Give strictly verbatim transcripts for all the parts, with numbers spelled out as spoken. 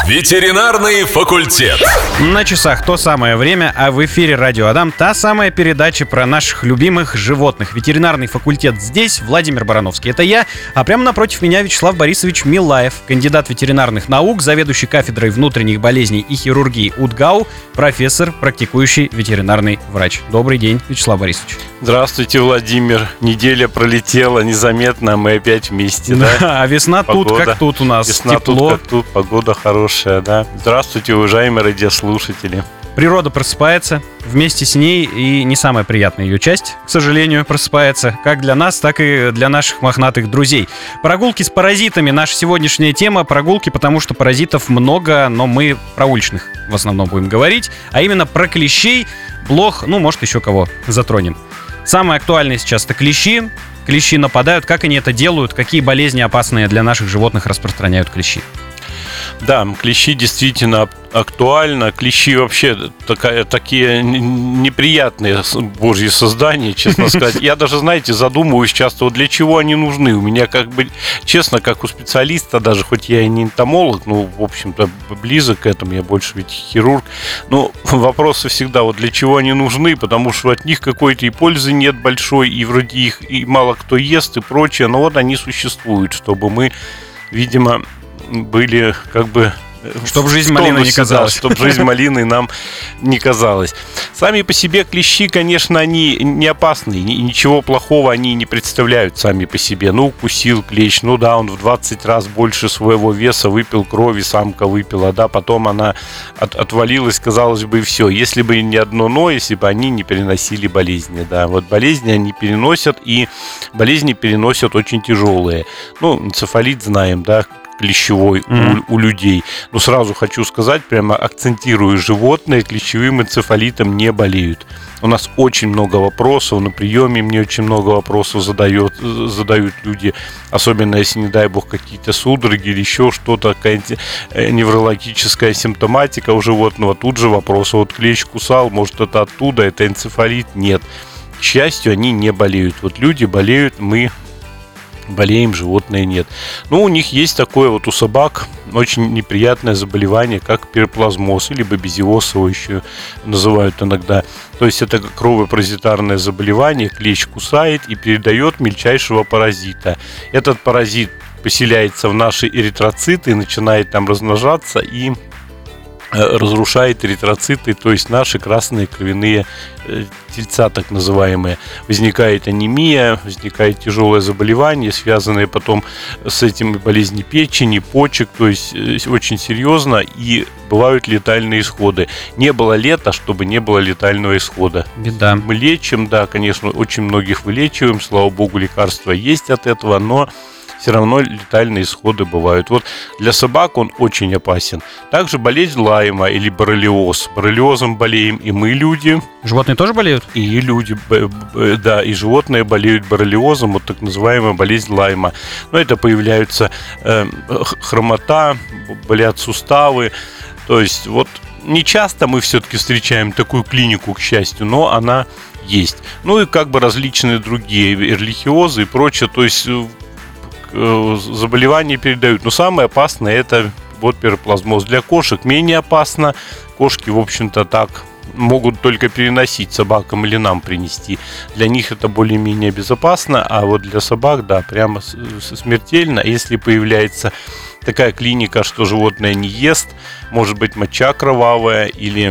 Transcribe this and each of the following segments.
Ветеринарный факультет. На часах то самое время, а в эфире Радио Адам та самая передача про наших любимых животных. Ветеринарный факультет здесь, Владимир Барановский. Это я, а прямо напротив меня Вячеслав Борисович Милаев, кандидат ветеринарных наук, заведующий кафедрой внутренних болезней и хирургии УДГАУ, профессор, практикующий ветеринарный врач. Добрый день, Вячеслав Борисович. Здравствуйте, Владимир. Неделя пролетела незаметно, а мы опять вместе, да? Да, а весна Погода. тут как тут у нас. Весна Тепло. тут как тут, погода хорошая, да? Здравствуйте, уважаемые радиослушатели. Природа просыпается, вместе с ней и не самая приятная ее часть, к сожалению, просыпается, как для нас, так и для наших мохнатых друзей. Прогулки с паразитами — наша сегодняшняя тема. Прогулки, потому что паразитов много, но мы про уличных в основном будем говорить, а именно про клещей, блох, ну, может, еще кого затронем. Самое актуальное сейчас — это клещи. Клещи нападают, как они это делают, какие болезни опасные для наших животных распространяют клещи. Да, клещи действительно актуально. Клещи вообще такая, такие неприятные божьи создания, честно сказать. Я даже, знаете, задумываюсь часто, вот для чего они нужны. У меня как бы, честно, как у специалиста, даже хоть я и не энтомолог, ну, в общем-то, близок к этому, я больше ведь хирург. Но вопросы всегда, вот для чего они нужны, потому что от них какой-то и пользы нет большой, и вроде их и мало кто ест, и прочее. Но вот они существуют, чтобы мы, видимо, были как бы... Чтобы жизнь малиной не казалась. Да, чтобы жизнь малиной нам не казалась. Сами по себе клещи, конечно, они не опасны. Ничего плохого они не представляют сами по себе. Ну, укусил клещ, ну да, он в двадцать раз больше своего веса выпил крови, самка выпила, да, потом она от, отвалилась, казалось бы, и все. Если бы не одно но, если бы они не переносили болезни, да. Вот болезни они переносят, и болезни переносят очень тяжелые. Ну, энцефалит знаем, да, клещевой mm-hmm. у, у людей. Но сразу хочу сказать, прямо акцентирую, животные клещевым энцефалитом не болеют. У нас очень много вопросов, на приеме мне очень много вопросов задают, задают люди, особенно если, не дай бог, какие-то судороги или еще что-то, какая-то неврологическая симптоматика у животного. Тут же вопрос, вот клещ кусал, может это оттуда, это энцефалит? Нет. К счастью, они не болеют. Вот люди болеют, мы болеем, животные нет. Но у них есть такое вот у собак очень неприятное заболевание, как пироплазмоз или бабезиоз, его еще называют иногда. То есть это кровопаразитарное заболевание, клещ кусает и передает мельчайшего паразита. Этот паразит поселяется в наши эритроциты, начинает там размножаться и разрушает эритроциты, то есть наши красные кровяные тельца, так называемые. Возникает анемия, возникает тяжелое заболевание, связанное потом с этим болезни печени, почек, то есть очень серьезно, и бывают летальные исходы. Не было лета, чтобы не было летального исхода. Беда. Мы лечим, да, конечно, очень многих вылечиваем, слава богу, лекарства есть от этого, но все равно летальные исходы бывают. Вот для собак он очень опасен. Также болезнь Лайма или боррелиоз. Боррелиозом болеем и мы, люди. Животные тоже болеют? И люди, да, и животные болеют боррелиозом, вот так называемая болезнь Лайма. Но это появляются э, хромота, болят суставы. То есть вот не часто мы все-таки встречаем такую клинику, к счастью, но она есть. Ну и как бы различные другие эрлихиозы и прочее. То есть заболевания передают. Но самое опасное — это вот пироплазмоз. Для кошек менее опасно. Кошки, в общем-то, так могут только переносить собакам или нам принести. Для них это более-менее безопасно, а вот для собак, да, прямо смертельно. Если появляется такая клиника, что животное не ест, может быть моча кровавая или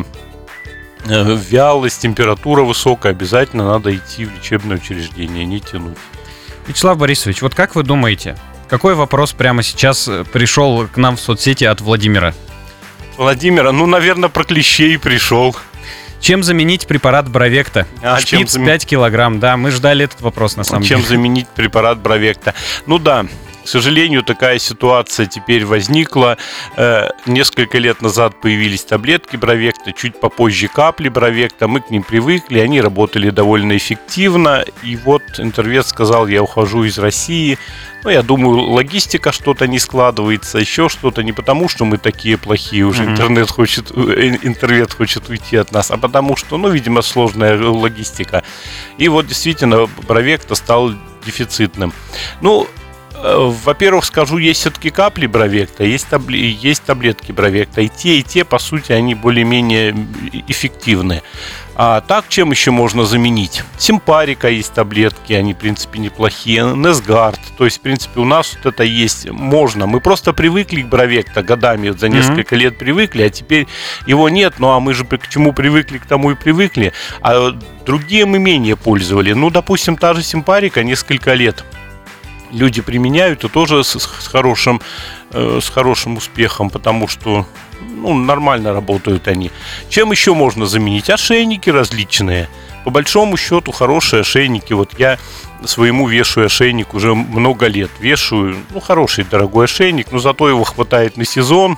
вялость, температура высокая, обязательно надо идти в лечебное учреждение, не тянуть. Вячеслав Борисович, вот как вы думаете, какой вопрос прямо сейчас пришел к нам в соцсети от Владимира? Владимира, ну, наверное, про клещей пришел. Чем заменить препарат Бровекта? А, Шпиц зам... пять килограмм, да, мы ждали этот вопрос на самом чем деле. Чем заменить препарат Бровекта? Ну да, к сожалению, такая ситуация теперь возникла. Э, несколько лет назад появились таблетки Бровекта, чуть попозже капли Бровекта. Мы к ним привыкли, они работали довольно эффективно. И вот Интервет сказал, я ухожу из России. Ну, я думаю, логистика что-то не складывается, еще что-то. Не потому, что мы такие плохие, уже mm-hmm. интернет хочет, Интервет хочет уйти от нас, а потому что, ну, видимо, сложная логистика. И вот действительно Бровекта стал дефицитным. Ну, Во-первых, скажу, есть все-таки капли Бровекта, есть, табли- есть таблетки Бровекта. И те, и те, по сути, они более-менее эффективны. А так, чем еще можно заменить? Симпарика есть таблетки, они, в принципе, неплохие. Несгард, то есть, в принципе, у нас вот это есть, можно. Мы просто привыкли к Бровекта годами, вот за несколько mm-hmm. лет привыкли, а теперь его нет. Ну, а мы же к чему привыкли, к тому и привыкли. А другие мы менее пользовали. Ну, допустим, та же симпарика несколько лет люди применяют, и тоже с, с, хорошим, э, с хорошим успехом, потому что ну, нормально работают они. Чем еще можно заменить? Ошейники различные. По большому счету, хорошие ошейники. Вот я своему вешаю ошейник уже много лет. Вешаю, ну, хороший, дорогой ошейник, но зато его хватает на сезон.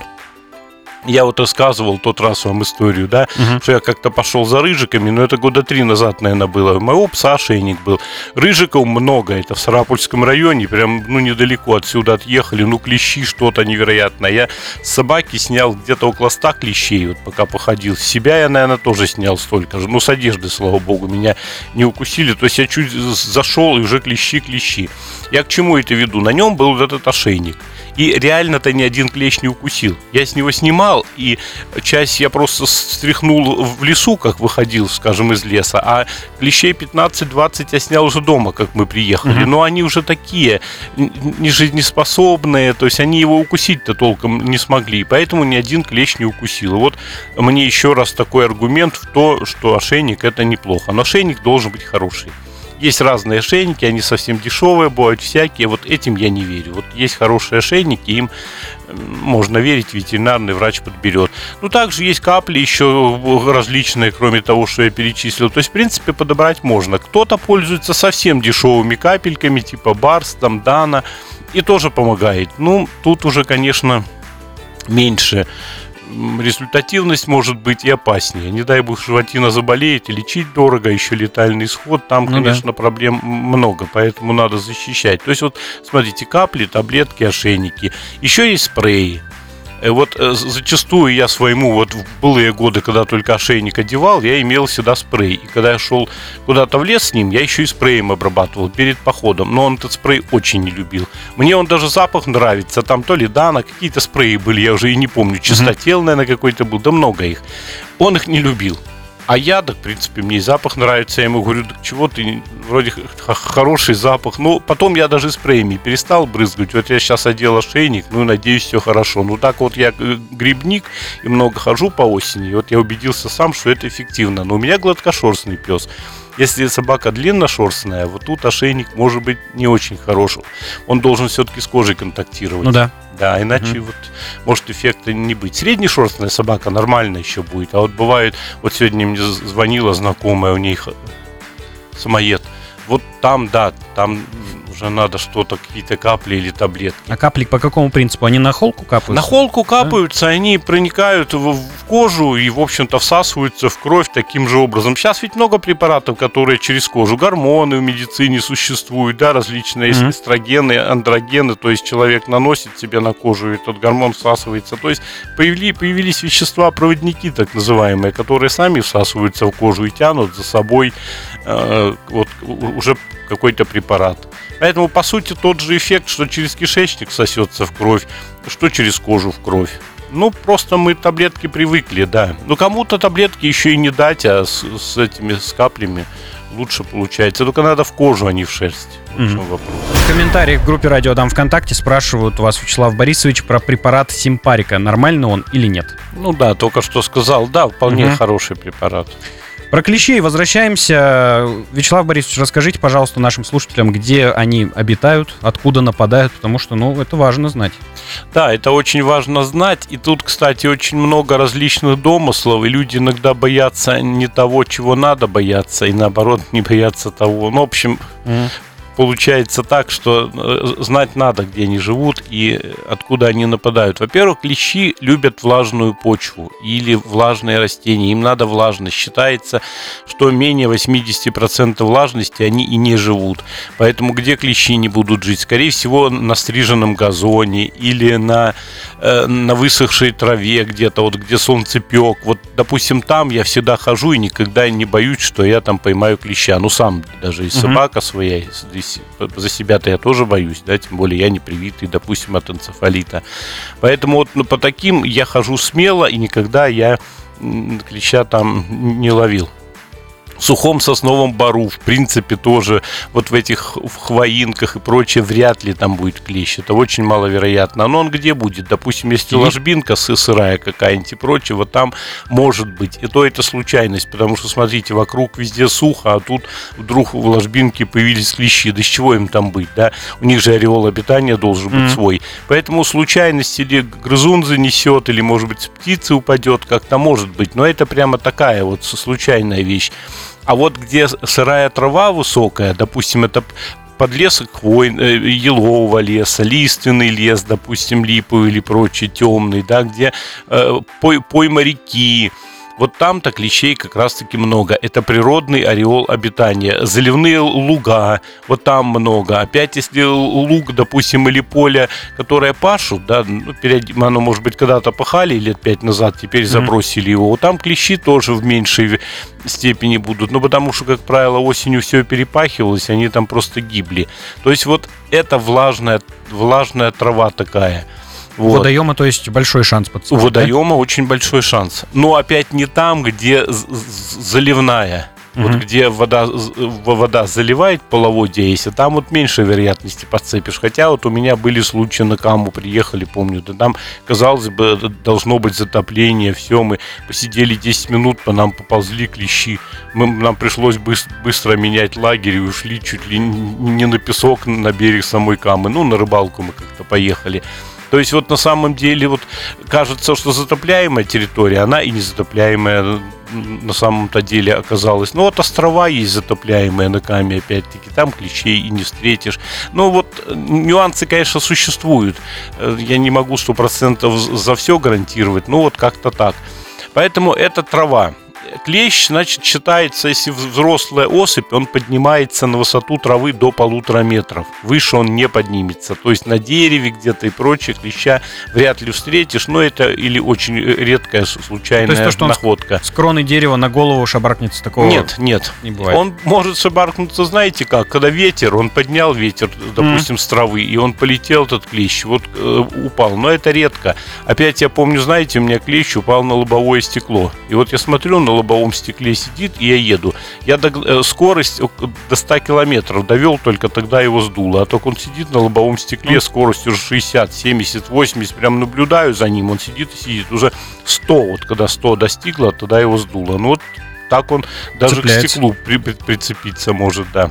Я вот рассказывал тот раз вам историю, да, uh-huh. что я как-то пошел за рыжиками, но это года три назад, наверное, было. У моего пса ошейник был. Рыжиков много, это в Сарапульском районе, прям, ну, недалеко отсюда отъехали, ну, клещи что-то невероятное. Я с собаки снял где-то около ста клещей, вот пока походил. С себя я, наверное, тоже снял столько же. Ну, с одежды, слава богу, меня не укусили. То есть я чуть зашел, и уже клещи-клещи. Я к чему это веду? На нем был вот этот ошейник. И реально-то ни один клещ не укусил. Я с него снимал, и часть я просто стряхнул в лесу, как выходил, скажем, из леса, а клещей пятнадцать-двадцать я снял уже дома, как мы приехали. Mm-hmm. Но они уже такие, нежизнеспособные, то есть они его укусить-то толком не смогли, поэтому ни один клещ не укусил. И вот мне еще раз такой аргумент в то, что ошейник это неплохо. Но ошейник должен быть хороший. Есть разные ошейники, они совсем дешевые, бывают всякие. Вот этим я не верю. Вот есть хорошие ошейники, им можно верить, ветеринарный врач подберет. Ну, также есть капли еще различные, кроме того, что я перечислил. То есть, в принципе, подобрать можно. Кто-то пользуется совсем дешевыми капельками, типа Барс, там, Дана, и тоже помогает. Ну, тут уже, конечно, меньше результативность может быть и опаснее. Не дай бог животина заболеет, и лечить дорого, еще летальный исход. Там, ну, конечно, да. проблем много, поэтому надо защищать. То есть, вот, смотрите, капли, таблетки, ошейники. Еще есть спреи. Вот зачастую я своему, вот в былые годы, когда только ошейник одевал, я имел всегда спрей. И когда я шел куда-то в лес с ним, я еще и спреем обрабатывал перед походом. Но он этот спрей очень не любил. Мне он даже запах нравится. Там то ли Дана, какие-то спреи были, я уже и не помню. Чистотел, наверное, какой-то был, да много их. Он их не любил. А я, да, в принципе, мне и запах нравится. Я ему говорю, да чего ты, вроде хороший запах. Ну, потом я даже спреями перестал брызгать. Вот я сейчас одел ошейник, ну, надеюсь, все хорошо. Ну, так вот я грибник и много хожу по осени. И вот я убедился сам, что это эффективно. Но у меня гладкошерстный пес. Если собака длинношерстная, вот тут ошейник может быть не очень хороший. Он должен все-таки с кожей контактировать. Ну да. Да, иначе mm-hmm. вот может эффекта не быть. Среднешерстная собака нормально еще будет. А вот бывает, вот сегодня мне звонила знакомая, у ней самоед. Вот там, да, там уже надо что-то, какие-то капли или таблетки. А капли по какому принципу? Они на холку капаются? На холку капаются, да? Они проникают в, в кожу и, в общем-то, всасываются в кровь таким же образом. Сейчас ведь много препаратов, которые через кожу. Гормоны в медицине существуют, да, различные mm-hmm. эстрогены, андрогены. То есть человек наносит себе на кожу, и этот гормон всасывается. То есть появились, появились вещества-проводники, так называемые, которые сами всасываются в кожу и тянут за собой э, вот, уже какой-то препарат. Поэтому, по сути, тот же эффект, что через кишечник сосется в кровь, что через кожу в кровь. Ну, просто мы таблетки привыкли, да. Но кому-то таблетки еще и не дать, а с, с этими с каплями лучше получается. Только надо в кожу, а не в шерсть. В общем, mm-hmm. вопрос. В комментариях в группе Радио Дам ВКонтакте спрашивают вас, Вячеслав Борисович, про препарат Симпарика. Нормальный он или нет? Ну да, только что сказал. Да, вполне mm-hmm. хороший препарат. Про клещей возвращаемся. Вячеслав Борисович, расскажите, пожалуйста, нашим слушателям, где они обитают, откуда нападают, потому что, ну, это важно знать. Да, это очень важно знать. И тут, кстати, очень много различных домыслов, и люди иногда боятся не того, чего надо бояться, и наоборот, не боятся того. Ну, в общем... Mm. Получается так, что знать надо, где они живут и откуда они нападают. Во-первых, клещи любят влажную почву или влажные растения. Им надо влажность. Считается, что менее восемьдесят процентов влажности они и не живут. Поэтому где клещи не будут жить? Скорее всего, на стриженном газоне или на, э, на высохшей траве где-то, вот где солнцепек. Вот, допустим, там я всегда хожу и никогда не боюсь, что я там поймаю клеща. Ну, сам даже и собака своя, и За себя-то я тоже боюсь, да, тем более я не привитый, допустим, от энцефалита. Поэтому вот ну, по таким я хожу смело, и никогда я клеща там не ловил. В сухом сосновом бору, в принципе, тоже вот в этих в хвоинках и прочее вряд ли там будет клещ. Это очень маловероятно. Но он где будет? Допустим, если ложбинка сырая какая-нибудь и прочее, вот там может быть. И то это случайность, потому что, смотрите, вокруг везде сухо, а тут вдруг в ложбинке появились клещи. Да с чего им там быть, да? У них же ореол обитания должен быть mm-hmm. свой. Поэтому случайность или грызун занесет, или, может быть, с птицы упадет, как-то может быть. Но это прямо такая вот случайная вещь. А вот где сырая трава высокая, допустим, это подлесок хвой, елового леса, лиственный лес, допустим, липовый или прочий темный, да, где э, пой, пойма реки, вот там-то клещей как раз-таки много. Это природный ореол обитания. Заливные луга, вот там много. Опять, если луг, допустим, или поле, которое пашут, да, ну, оно, может быть, когда-то пахали лет пять назад, теперь забросили его, вот там клещи тоже в меньшей степени будут. Ну, потому что, как правило, осенью все перепахивалось, они там просто гибли. То есть вот это влажная, влажная трава такая. Вот. Водоема, то есть большой шанс подцепить. У водоема, да? Очень большой шанс. Но опять не там, где заливная. Mm-hmm. Вот где вода, вода заливает половодье, если там вот меньше вероятности подцепишь. Хотя вот у меня были случаи, на Каму приехали, помню, да там, казалось бы, должно быть затопление, все, мы посидели десять минут, по нам поползли клещи. Мы, нам пришлось быстро, быстро менять лагерь и ушли чуть ли не на песок, на берег самой Камы. Ну, на рыбалку мы как-то поехали. То есть вот на самом деле вот кажется, что затопляемая территория, она и не затопляемая на самом-то деле оказалась. Ну вот острова есть затопляемые на Каме, опять-таки, там клещей и не встретишь. Но вот нюансы, конечно, существуют. Я не могу сто процентов за все гарантировать, но вот как-то так. Поэтому это трава. Клещ, значит, считается, если взрослая особь, он поднимается на высоту травы до полутора метров. Выше он не поднимется. То есть на дереве где-то и прочее клеща вряд ли встретишь, но это или очень редкая случайная то есть то, находка. С кроны дерева на голову шабаркнется, такого нет, нет, не бывает. Он может шабаркнуться, знаете как, когда ветер, он поднял ветер, допустим, mm. с травы, и он полетел, этот клещ, вот э, упал. Но это редко. Опять я помню, знаете, у меня клещ упал на лобовое стекло. И вот я смотрю, на лобовом стекле сидит, и я еду. Я до, э, скорость до ста километров довел, только тогда его сдуло. А только он сидит на лобовом стекле, mm. скоростью шестьдесят, семьдесят, восемьдесят, прям наблюдаю за ним. Он сидит и сидит. Уже сто, вот когда сто достигло, тогда его сдуло. Ну вот так он даже цепляется. К стеклу при, при, прицепиться может, да.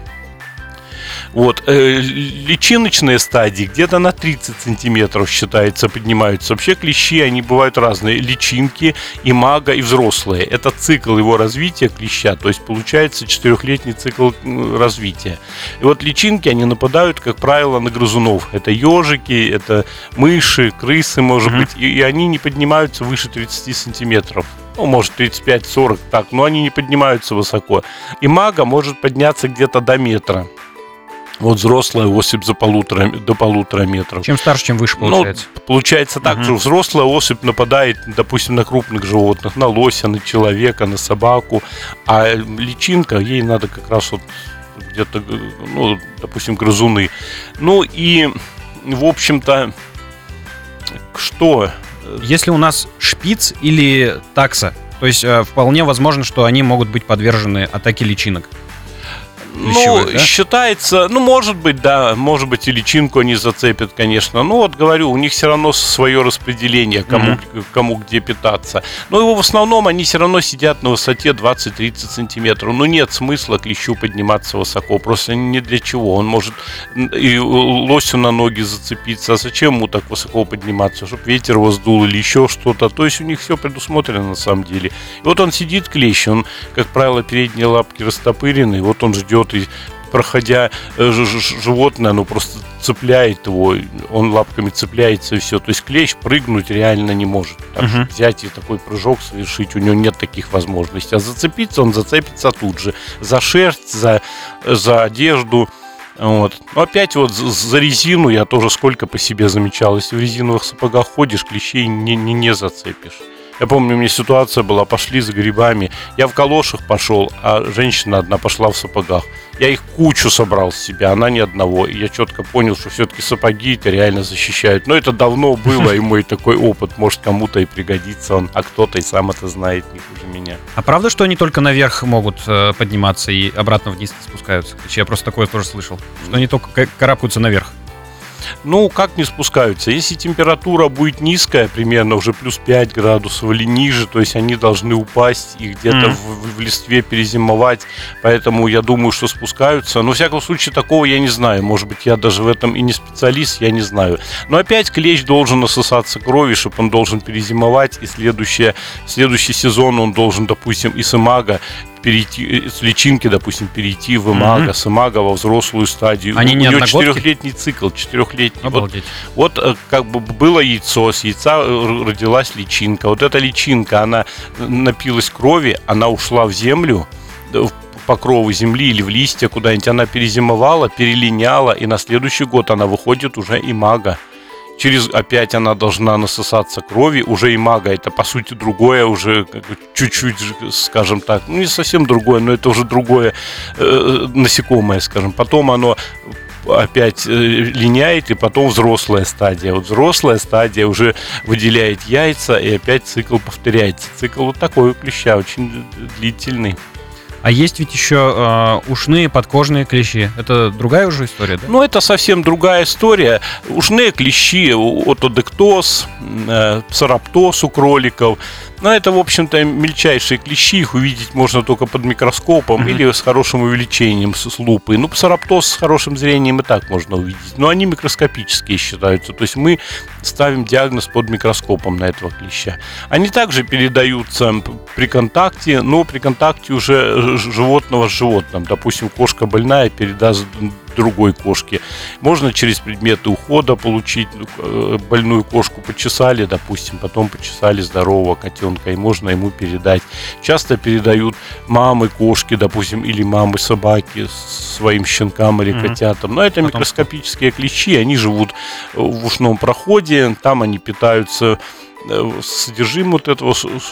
Вот, э, личиночные стадии где-то на тридцать сантиметров считается, поднимаются. Вообще клещи, они бывают разные. Личинки, имага и взрослые. Это цикл его развития клеща, то есть получается четырехлетний цикл развития. И вот личинки, они нападают, как правило, на грызунов. Это ежики, это мыши, крысы, может mm-hmm. быть. И, и они не поднимаются выше тридцати сантиметров. Ну, может, тридцать пять сорок, так, но они не поднимаются высоко. Имага может подняться где-то до метра. Вот взрослая особь за полутора, до полутора метров. Чем старше, чем выше получается. Ну, получается так, uh-huh. что взрослая особь нападает, допустим, на крупных животных, на лося, на человека, на собаку, а личинка, ей надо как раз вот где-то, ну, допустим, грызуны. Ну и, в общем-то, что? Если у нас шпиц или такса, то есть вполне возможно, что они могут быть подвержены атаке личинок. Ну, да? Считается, ну, может быть, да, может быть, и личинку они зацепят, конечно. Ну, вот говорю, у них все равно свое распределение, кому, mm-hmm. кому где питаться. Но его в основном они все равно сидят на высоте двадцать-тридцать сантиметров. Ну, нет смысла клещу подниматься высоко, просто ни для чего. Он может и лосю на ноги зацепиться. А зачем ему так высоко подниматься? Чтобы ветер его сдул или еще что-то. То есть у них все предусмотрено на самом деле. И вот он сидит, клещ, он, как правило, передние лапки растопырены, и вот он ждет, и проходя животное, оно просто цепляет его, он лапками цепляется и все. То есть клещ прыгнуть реально не может. Так, uh-huh. взять и такой прыжок совершить, у него нет таких возможностей. А зацепиться он зацепится тут же. За шерсть, за, за одежду. Вот. Но опять вот за резину я тоже сколько по себе замечал. Если в резиновых сапогах ходишь, клещей не, не, не зацепишь. Я помню, у меня ситуация была, пошли за грибами. Я в калошах пошел, а женщина одна пошла в сапогах. Я их кучу собрал с себя, она ни одного. И я четко понял, что все-таки сапоги это реально защищают. Но это давно было, и мой такой опыт может кому-то и пригодится он, а кто-то и сам это знает не хуже меня. А правда, что они только наверх могут э, подниматься и обратно вниз спускаются? Я просто такое тоже слышал, что они только к- карабкаются наверх. Ну, как не спускаются? Если температура будет низкая, примерно уже плюс пять градусов или ниже, то есть они должны упасть и где-то Mm. в, в листве перезимовать. Поэтому я думаю, что спускаются. Но, во всяком случае, такого я не знаю. Может быть, я даже в этом и не специалист, я не знаю. Но опять клещ должен насосаться крови, чтобы он должен перезимовать. И следующее, следующий сезон он должен, допустим, из имага перейти, с личинки, допустим, перейти в имага, mm-hmm. с имага во взрослую стадию. Они У не него одногодки? четырехлетний цикл, четырехлетний. Обалдеть. Вот, вот как бы было яйцо, с яйца родилась личинка. Вот эта личинка, она напилась крови, она ушла в землю, в покровы земли или в листья куда-нибудь, она перезимовала, перелиняла, и на следующий год она выходит уже имага. Через опять она должна насосаться крови, уже имага, это по сути другое, уже как бы чуть-чуть, скажем так, ну не совсем другое, но это уже другое э, насекомое, скажем. Потом оно опять э, линяет, и потом взрослая стадия. Вот взрослая стадия уже выделяет яйца, и опять цикл повторяется. Цикл вот такой у клеща, очень длительный. А есть ведь еще э, ушные подкожные клещи. Это другая уже история, да? Ну, это совсем другая история. Ушные клещи, отодектоз, э, псороптоз у кроликов. Но это, в общем-то, мельчайшие клещи. Их увидеть можно только под микроскопом mm-hmm. или с хорошим увеличением, с, с лупой. Ну, псороптоз с хорошим зрением и так можно увидеть. Но они микроскопические считаются. То есть мы ставим диагноз под микроскопом на этого клеща. Они также передаются при контакте, но при контакте уже животного с животным. Допустим, кошка больная передаст другой кошке. Можно через предметы ухода получить. Больную кошку почесали, допустим, потом почесали здорового котенка, и можно ему передать. Часто передают мамы кошки, допустим, или мамы собаки своим щенкам или mm-hmm. котятам. Но это потом микроскопические клещи, они живут в ушном проходе, там они питаются содержимым вот этого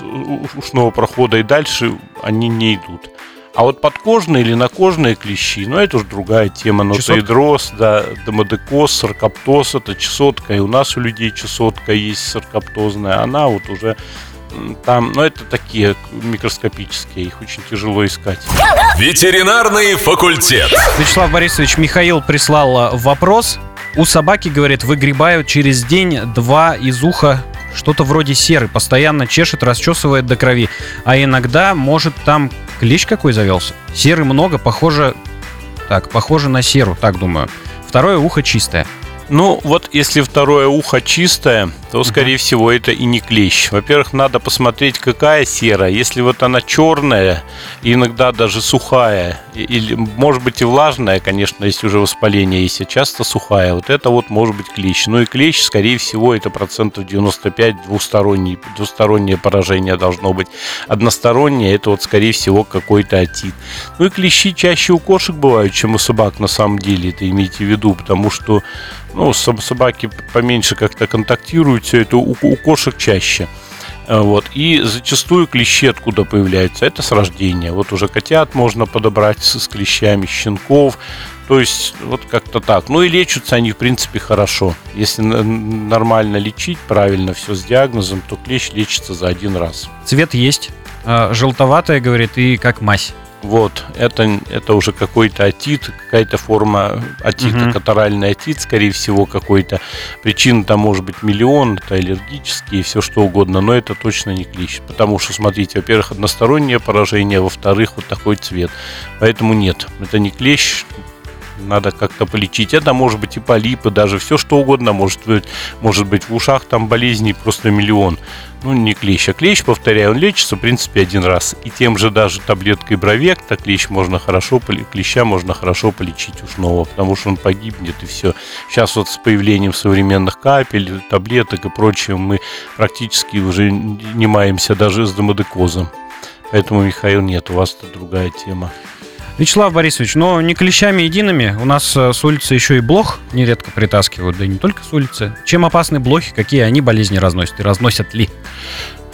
ушного прохода, и дальше они не идут. А вот подкожные или накожные клещи, ну, это уже другая тема. Нотоидроз, да, демодекоз, саркоптоз, это чесотка. И у нас у людей чесотка есть саркоптозная. Она вот уже там, ну, это такие микроскопические, их очень тяжело искать. Ветеринарный факультет. Вячеслав Борисович, Михаил прислал вопрос. У собаки, говорит, выгребают через день-два из уха что-то вроде серы. Постоянно чешет, расчесывает до крови. А иногда, может, там клещ какой завелся. Серы много, похоже... Так, похоже на серу, так думаю. Второе ухо чистое. Ну, вот если второе ухо чистое, то, скорее uh-huh. всего, это и не клещ. Во-первых, надо посмотреть, какая сера. Если вот она черная, иногда даже сухая, или, может быть, и влажная, конечно, если уже воспаление есть, а часто сухая, вот это вот может быть клещ. Ну и клещ, скорее всего, это процентов девяносто пять двусторонний, двустороннее поражение должно быть. Одностороннее, это вот, скорее всего, какой-то отит. Ну и клещи чаще у кошек бывают, чем у собак на самом деле, это имейте в виду, потому что ну, собаки поменьше как-то контактируют, все это у, у кошек чаще. Вот. И зачастую клещи откуда появляются? Это с рождения. Вот уже котят можно подобрать с, с клещами, щенков. То есть вот как-то так. Ну и лечатся они, в принципе, хорошо. Если нормально лечить, правильно все с диагнозом, то клещ лечится за один раз. Цвет есть. Желтоватая, говорит, и как мазь. Вот, это, это уже какой-то отит, какая-то форма отита, uh-huh. катаральный отит, скорее всего, какой-то. Причина там может быть миллион, это аллергические, все что угодно, но это точно не клещ. Потому что, смотрите, во-первых, одностороннее поражение, во-вторых, вот такой цвет. Поэтому нет, это не клещ, надо как-то полечить. Это может быть и полипы, даже все что угодно может быть. Может быть в ушах там болезней просто миллион. Ну, не клещ, а клещ, повторяю, он лечится, в принципе, один раз. И тем же даже таблеткой Бровекта клещ можно хорошо, клеща можно хорошо полечить ушного, потому что он погибнет, и все. Сейчас вот с появлением современных капель, таблеток и прочего мы практически уже не маемся даже с демодекозом. Поэтому, Михаил, нет, у вас это другая тема. Вячеслав Борисович, но не клещами едиными. У нас с улицы еще и блох нередко притаскивают, да и не только с улицы. Чем опасны блохи, какие они болезни разносят и разносят ли?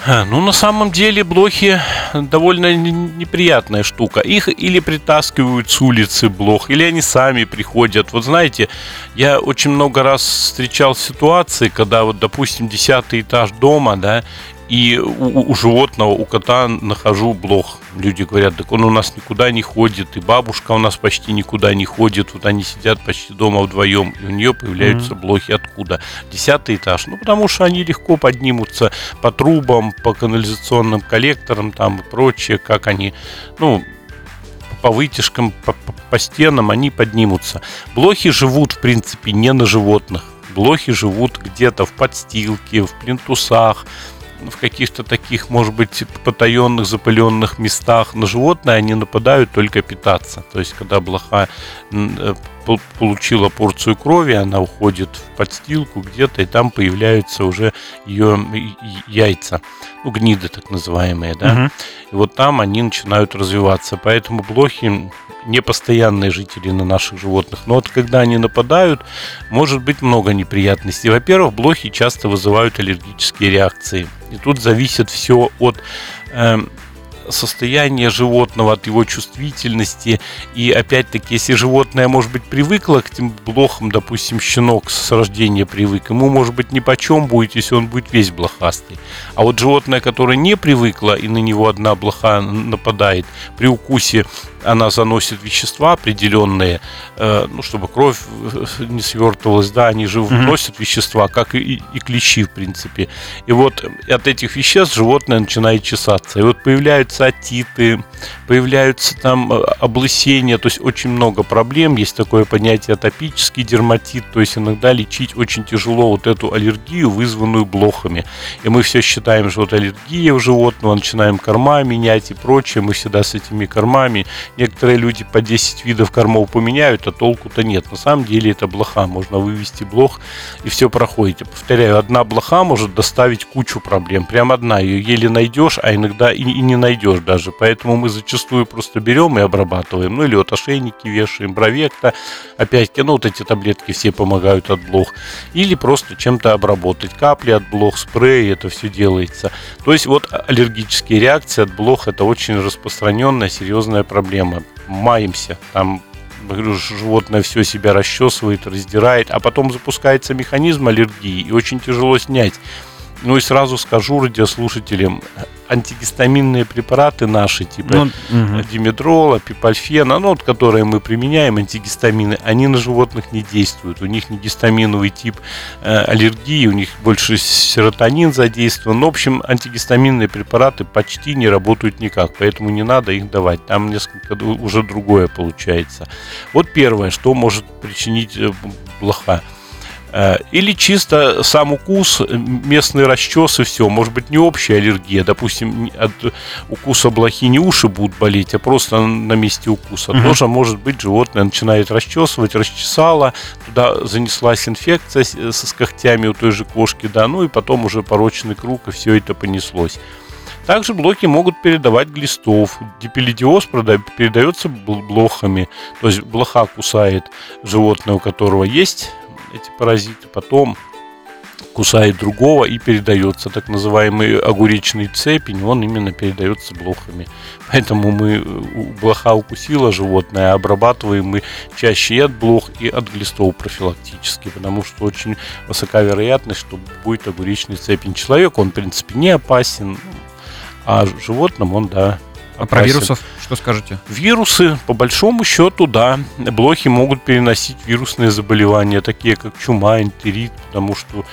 Ну, на самом деле, блохи довольно неприятная штука. Их или притаскивают с улицы блох, или они сами приходят. Вот знаете, я очень много раз встречал ситуации, когда вот, допустим, десятый этаж дома, да, и у, у животного, у кота нахожу блох. Люди говорят, так он у нас никуда не ходит, и бабушка у нас почти никуда не ходит. Вот они сидят почти дома вдвоем, и у нее появляются mm-hmm. блохи. Откуда? Десятый этаж. Ну, потому что они легко поднимутся по трубам, по канализационным коллекторам там и прочее, как они, ну, по вытяжкам, по, по, по стенам они поднимутся. Блохи живут, в принципе, не на животных. Блохи живут где-то в подстилке, в плинтусах, в каких-то таких, может быть, потаенных, запыленных местах. На животные они нападают только питаться. То есть, когда блоха получила порцию крови, она уходит в подстилку где-то, и там появляются уже ее яйца, ну, гниды так называемые, да. Uh-huh. И вот там они начинают развиваться. Поэтому блохи не постоянные жители на наших животных. Но вот когда они нападают, может быть много неприятностей. Во-первых, блохи часто вызывают аллергические реакции. И тут зависит все от э, состояния животного, от его чувствительности. И опять-таки, если животное, может быть, привыкло к этим блохам, допустим, щенок с рождения привык, ему, может быть, нипочем будет, если он будет весь блохастый. А вот животное, которое не привыкло, и на него одна блоха нападает, при укусе она заносит вещества определенные, э, ну, чтобы кровь не свертывалась, да, они же mm-hmm. вносят вещества, как и, и клещи, в принципе. И вот от этих веществ животное начинает чесаться. И вот появляются отиты, появляются там облысения, то есть очень много проблем. Есть такое понятие атопический дерматит, то есть иногда лечить очень тяжело вот эту аллергию, вызванную блохами. И мы все считаем, что вот аллергия у животного, начинаем корма менять и прочее, мы всегда с этими кормами. Некоторые люди по десять видов кормов поменяют, а толку-то нет. На самом деле это блоха. Можно вывести блох, и все проходит. Я повторяю, одна блоха может доставить кучу проблем. Прям одна. Ее еле найдешь, а иногда и, и не найдешь даже. Поэтому мы зачастую просто берем и обрабатываем. Ну или вот ошейники вешаем, бровекта. Опять-таки, ну вот эти таблетки все помогают от блох. Или просто чем-то обработать. Капли от блох, спрей, это все делается. То есть вот аллергические реакции от блох — это очень распространенная, серьезная проблема. Маемся, там, говорю, животное все себя расчесывает, раздирает, а потом запускается механизм аллергии, и очень тяжело снять. Ну и сразу скажу радиослушателям, антигистаминные препараты наши, типа ну, угу. димедрола, пипальфена, ну, вот, которые мы применяем, антигистамины, они на животных не действуют. У них не гистаминовый тип э, аллергии, у них больше серотонин задействован. Ну, в общем, антигистаминные препараты почти не работают никак, поэтому не надо их давать. Там несколько уже другое получается. Вот первое, что может причинить блоха. Или чисто сам укус, местный расчес и все. Может быть, не общая аллергия. Допустим, от укуса блохи не уши будут болеть, а просто на месте укуса. Uh-huh. Тоже, может быть, животное начинает расчесывать, расчесало, туда занеслась инфекция с, с когтями у той же кошки, да, ну и потом уже порочный круг, и все это понеслось. Также блохи могут передавать глистов. Дипилидиоз передается блохами. То есть блоха кусает животное, у которого есть эти паразиты, потом кусает другого и передается. Так называемый огуречный цепень, он именно передается блохами. Поэтому мы, блоха укусила животное, обрабатываем мы чаще и от блох, и от глистов профилактически, потому что очень высока вероятность, что будет огуречный цепень. Человек, он, в принципе, не опасен, а животным он, да, А про вирусов что скажете? Вирусы, по большому счету, да. Блохи могут переносить вирусные заболевания, такие как чума, энтерит, потому что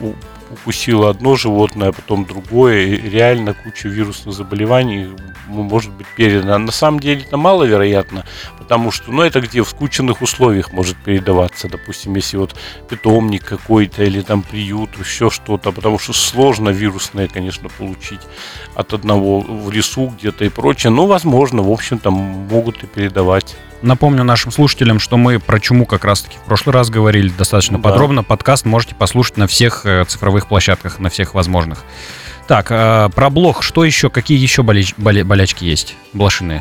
укусило одно животное, а потом другое, и реально куча вирусных заболеваний может быть передана. На самом деле это маловероятно, потому что, ну, это где в скученных условиях может передаваться, допустим, если вот питомник какой-то или там приют, еще что-то, потому что сложно вирусное, конечно, получить от одного в лесу где-то и прочее, но, возможно, в общем-то, могут и передавать. Напомню нашим слушателям, что мы про чуму как раз-таки в прошлый раз говорили достаточно да. подробно. Подкаст можете послушать на всех цифровых площадках, на всех возможных. Так, э, про блох. Что еще? Какие еще болеч- боле- болячки есть? Блошиные?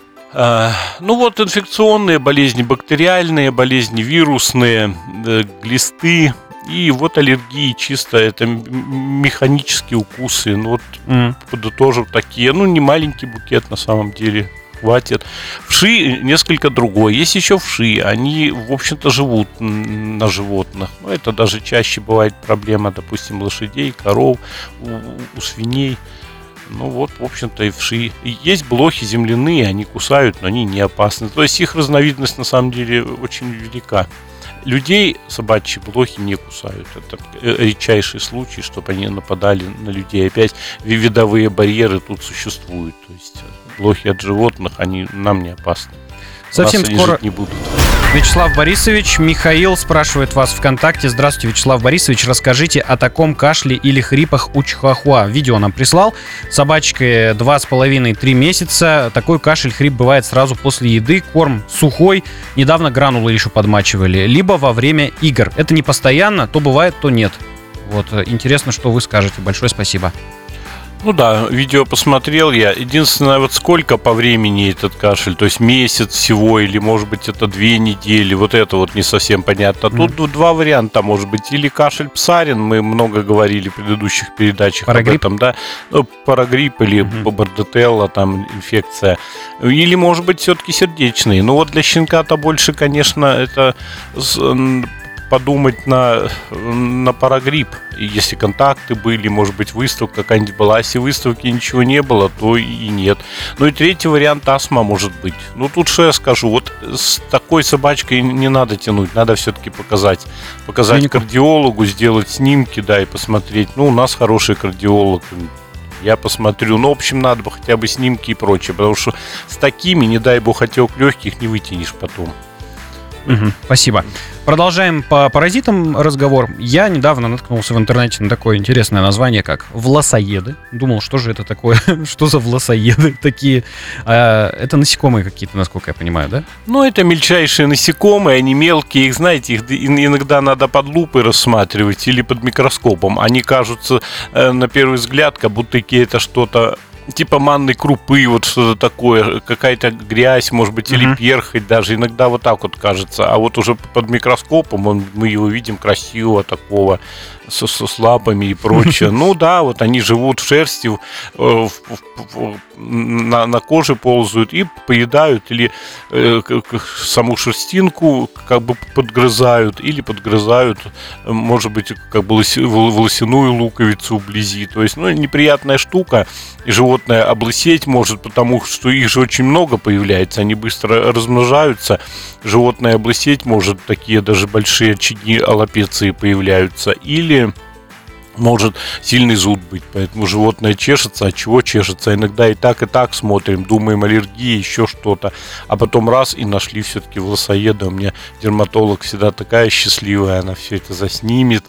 А, ну вот инфекционные болезни, бактериальные болезни, вирусные, э, глисты И вот аллергии чисто, это механические укусы. Ну вот Mm. тоже такие, ну не маленький букет на самом деле. Хватит. Вши несколько другой. Есть еще вши. Они, в общем-то, живут на животных. Но это даже чаще бывает проблема, допустим, лошадей, коров, у, у свиней. Ну вот, в общем-то, и вши. И есть блохи земляные, они кусают, но они не опасны. То есть их разновидность на самом деле очень велика. Людей собачьи блохи не кусают. Это редчайший случай, чтобы они нападали на людей. Опять видовые барьеры тут существуют. То есть блохи от животных, они нам не опасны. Совсем скоро не будут. Вячеслав Борисович, Михаил спрашивает вас ВКонтакте. Здравствуйте, Вячеслав Борисович, расскажите о таком кашле или хрипах у чихуахуа. Видео нам прислал. Собачке два с половиной-три месяца. Такой кашель, хрип бывает сразу после еды. Корм сухой. Недавно гранулы еще подмачивали. Либо во время игр. Это не постоянно, то бывает, то нет. Вот, интересно, что вы скажете. Большое спасибо. Ну да, видео посмотрел я. Единственное, вот сколько по времени этот кашель, то есть месяц всего, или может быть это две недели, вот это вот не совсем понятно. Тут mm. два варианта, может быть, или кашель псарин, мы много говорили в предыдущих передачах парагрипп? об этом, да, ну, парагрипп или mm-hmm. бардетелла, там инфекция, или может быть все-таки сердечный. Ну вот для щенка-то больше, конечно, это подумать на, на парагрипп. И если контакты были, может быть, выставка какая-нибудь была. Если выставки ничего не было, то и нет. Ну и третий вариант — астма может быть. Ну тут что я скажу, вот с такой собачкой не надо тянуть, надо все-таки показать. Показать Клинику. Кардиологу, сделать снимки, да, и посмотреть. Ну, у нас хороший кардиолог, я посмотрю. Ну, в общем, надо бы хотя бы снимки и прочее, потому что с такими, не дай бог, отек легких не вытянешь потом. Угу, спасибо. Продолжаем по паразитам разговор. Я недавно наткнулся в интернете на такое интересное название, как власоеды. Думал, что же это такое? Что за власоеды такие? А, это насекомые какие-то, насколько я понимаю, да? Ну, это мельчайшие насекомые, они мелкие. Их, знаете, их иногда надо под лупой рассматривать или под микроскопом. Они кажутся, на первый взгляд, как будто это что-то типа манной крупы, вот что-то такое, какая-то грязь, может быть, или uh-huh. перхоть даже, иногда вот так вот кажется, а вот уже под микроскопом он, мы его видим красивого такого, со, со лапами и прочее. Ну да, вот они живут в шерсти, в, в, в, на, на коже ползают и поедают, или э, саму шерстинку как бы подгрызают, или подгрызают, может быть, как бы волосяную луковицу вблизи. То есть, ну, неприятная штука, и животное облысеть может, потому что их же очень много появляется, они быстро размножаются. Животное облысеть может, такие даже большие очаги аллопеции появляются, или может сильный зуд быть, поэтому животное чешется. От чего чешется? Иногда и так, и так смотрим, думаем, аллергия, еще что-то, а потом раз и нашли все-таки власоеда. У меня дерматолог всегда такая счастливая, она все это заснимет.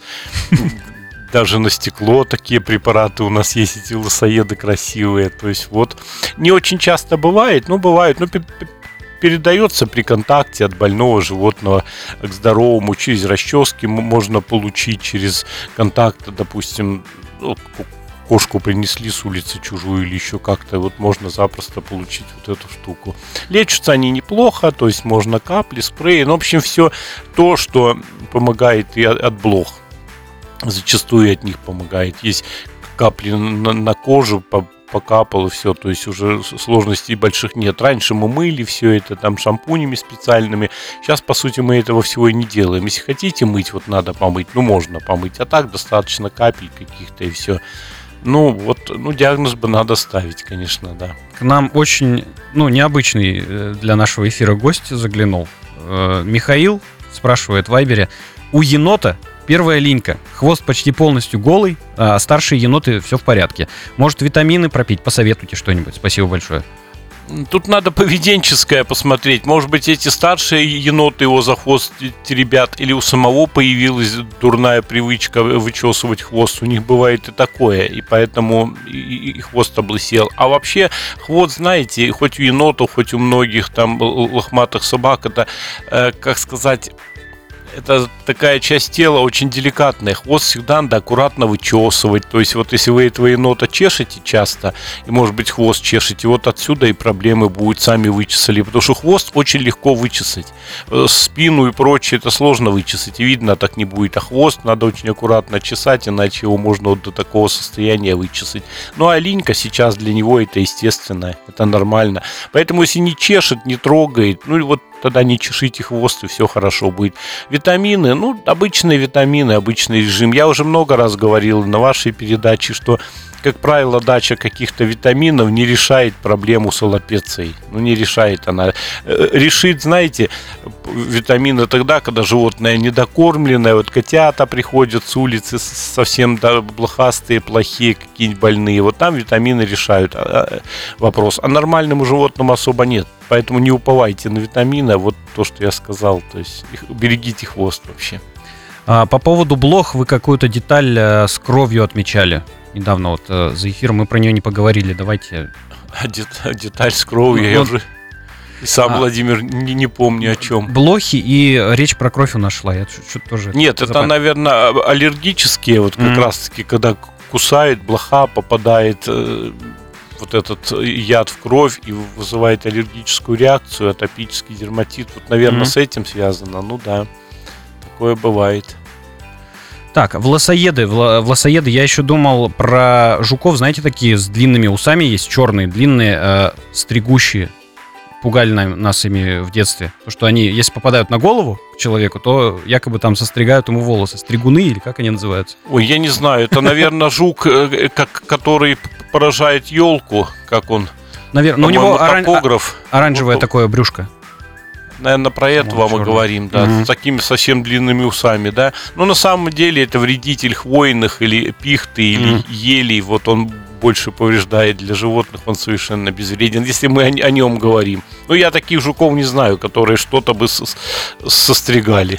Даже на стекло такие препараты у нас есть, эти власоеды красивые. То есть вот не очень часто бывает, но бывает, но передается при контакте от больного животного к здоровому. Через расчески можно получить, через контакт, допустим, ну, кошку принесли с улицы чужую или еще как-то, вот можно запросто получить вот эту штуку. Лечатся они неплохо, то есть можно капли, спреи, ну, в общем, все то, что помогает и от блох. Зачастую от них помогает. Есть капли на, на кожу, по, покапал и все. То есть уже сложностей больших нет. Раньше мы мыли все это там шампунями специальными. Сейчас, по сути, мы этого всего и не делаем. Если хотите мыть, вот надо помыть. Ну, можно помыть. А так достаточно капель каких-то и все. Ну, вот, ну, диагноз бы надо ставить, конечно, да. К нам очень, ну, необычный для нашего эфира гость заглянул. Михаил спрашивает в Вайбере. У енота первая линька. Хвост почти полностью голый, а старшие еноты все в порядке. Может, витамины пропить? Посоветуйте что-нибудь. Спасибо большое. Тут надо поведенческое посмотреть. Может быть, эти старшие еноты его за хвост теребят, или у самого появилась дурная привычка вычесывать хвост. У них бывает и такое, и поэтому и, и хвост облысел. А вообще, хвост, знаете, хоть у енотов, хоть у многих там лохматых собак, это, э, как сказать... это такая часть тела очень деликатная. Хвост всегда надо аккуратно вычесывать. То есть вот если вы этого енота чешете часто, и, может быть, хвост чешете, вот отсюда и проблемы будут, сами вычесали. Потому что хвост очень легко вычесать. Спину и прочее это сложно вычесать. И видно так не будет. А хвост надо очень аккуратно чесать, иначе его можно вот до такого состояния вычесать. Ну а линька сейчас для него это естественно, это нормально. Поэтому если не чешет, не трогает, ну вот тогда не чешите хвост, и все хорошо будет. Витамины, ну, обычные витамины, обычный режим. Я уже много раз говорил на вашей передаче, что, как правило, дача каких-то витаминов не решает проблему с аллопецией. Ну, не решает она. Решит, знаете, витамины тогда, когда животное недокормленное, вот котята приходят с улицы совсем да, блохастые, плохие, какие-нибудь больные. Вот там витамины решают вопрос. А нормальному животному особо нет. Поэтому не уповайте на витамины, а вот то, что я сказал. То есть берегите хвост вообще. А, по поводу блох вы какую-то деталь а, с кровью отмечали. Недавно вот а, за эфиром мы про нее не поговорили. Давайте. А деталь, деталь с кровью, ну, я вот... уже и сам, а... Владимир, не, не помню о чем. Блохи и речь про кровь у нас шла. Я что-то тоже. Нет, это, запомнил. Наверное, аллергические, вот как mm-hmm. раз-таки, когда кусает, блоха попадает. Вот этот яд в кровь и вызывает аллергическую реакцию, атопический дерматит. Вот, наверное, mm-hmm. с этим связано. Ну да, такое бывает. Так, власоеды. Власоеды, я еще думал про жуков, знаете, такие с длинными усами есть, черные, длинные, э, стригущие. Пугали нас ими в детстве. Потому что они, если попадают на голову к человеку, то якобы там состригают ему волосы. Стригуны или как они называются? Ой, я не знаю. Это, наверное, жук, который поражает елку, как он. Наверное, но у него оран... оранжевое такое брюшко. Наверное, про этого мы говорим, да, угу. с такими совсем длинными усами, да. Но на самом деле это вредитель хвойных или пихты, или угу. елей. Вот он больше повреждает для животных, он совершенно безвреден, если мы о, о нем говорим. Но я таких жуков не знаю, которые что-то бы со- состригали.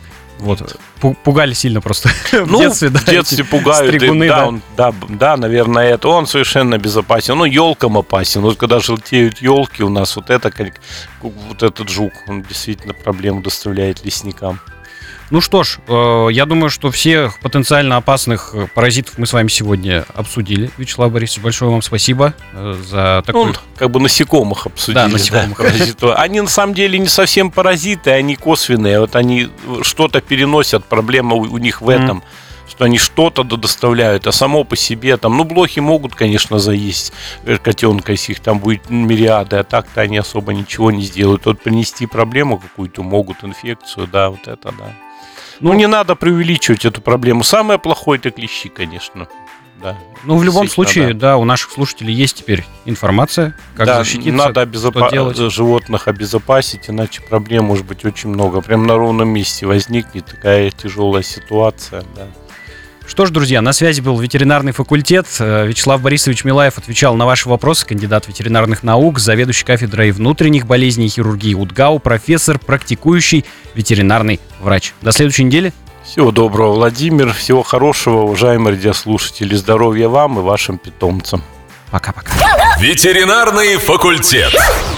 Вот. Пугали сильно просто. Ну, в детстве, да, в детстве пугают. Стригуны, и, да, да. Он, да, да, наверное, это. Он совершенно безопасен. Ну, елкам опасен. Вот когда желтеют елки у нас, вот это, как, вот этот жук, он действительно проблему доставляет лесникам. Ну что ж, э, я думаю, что всех потенциально опасных паразитов мы с вами сегодня обсудили. Вячеслав Борисович, большое вам спасибо э, за такой... Ну, как бы насекомых обсудили. Да, насекомых. Да, они на самом деле не совсем паразиты, они косвенные. Вот они что-то переносят, проблема у, у них в этом. Mm. Что они что-то доставляют, а само по себе там, ну, блохи могут, конечно, заесть котенка, если их там будет мириады, а так-то они особо ничего не сделают. Вот принести проблему какую-то могут, инфекцию, да, вот это, да. Ну, не надо преувеличивать эту проблему. Самое плохое — это клещи, конечно. Да. Ну, в любом случае, да. да, у наших слушателей есть теперь информация, как да, защититься, надо обезопа- что делать. Животных обезопасить, иначе проблем может быть очень много. Прям на ровном месте возникнет такая тяжелая ситуация, да. Что ж, друзья, на связи был ветеринарный факультет. Вячеслав Борисович Милаев отвечал на ваши вопросы. Кандидат ветеринарных наук, заведующий кафедрой внутренних болезней и хирургии УДГАУ, профессор, практикующий ветеринарный врач. До следующей недели. Всего доброго, Владимир. Всего хорошего, уважаемые радиослушатели. Здоровья вам и вашим питомцам. Пока-пока. Ветеринарный факультет.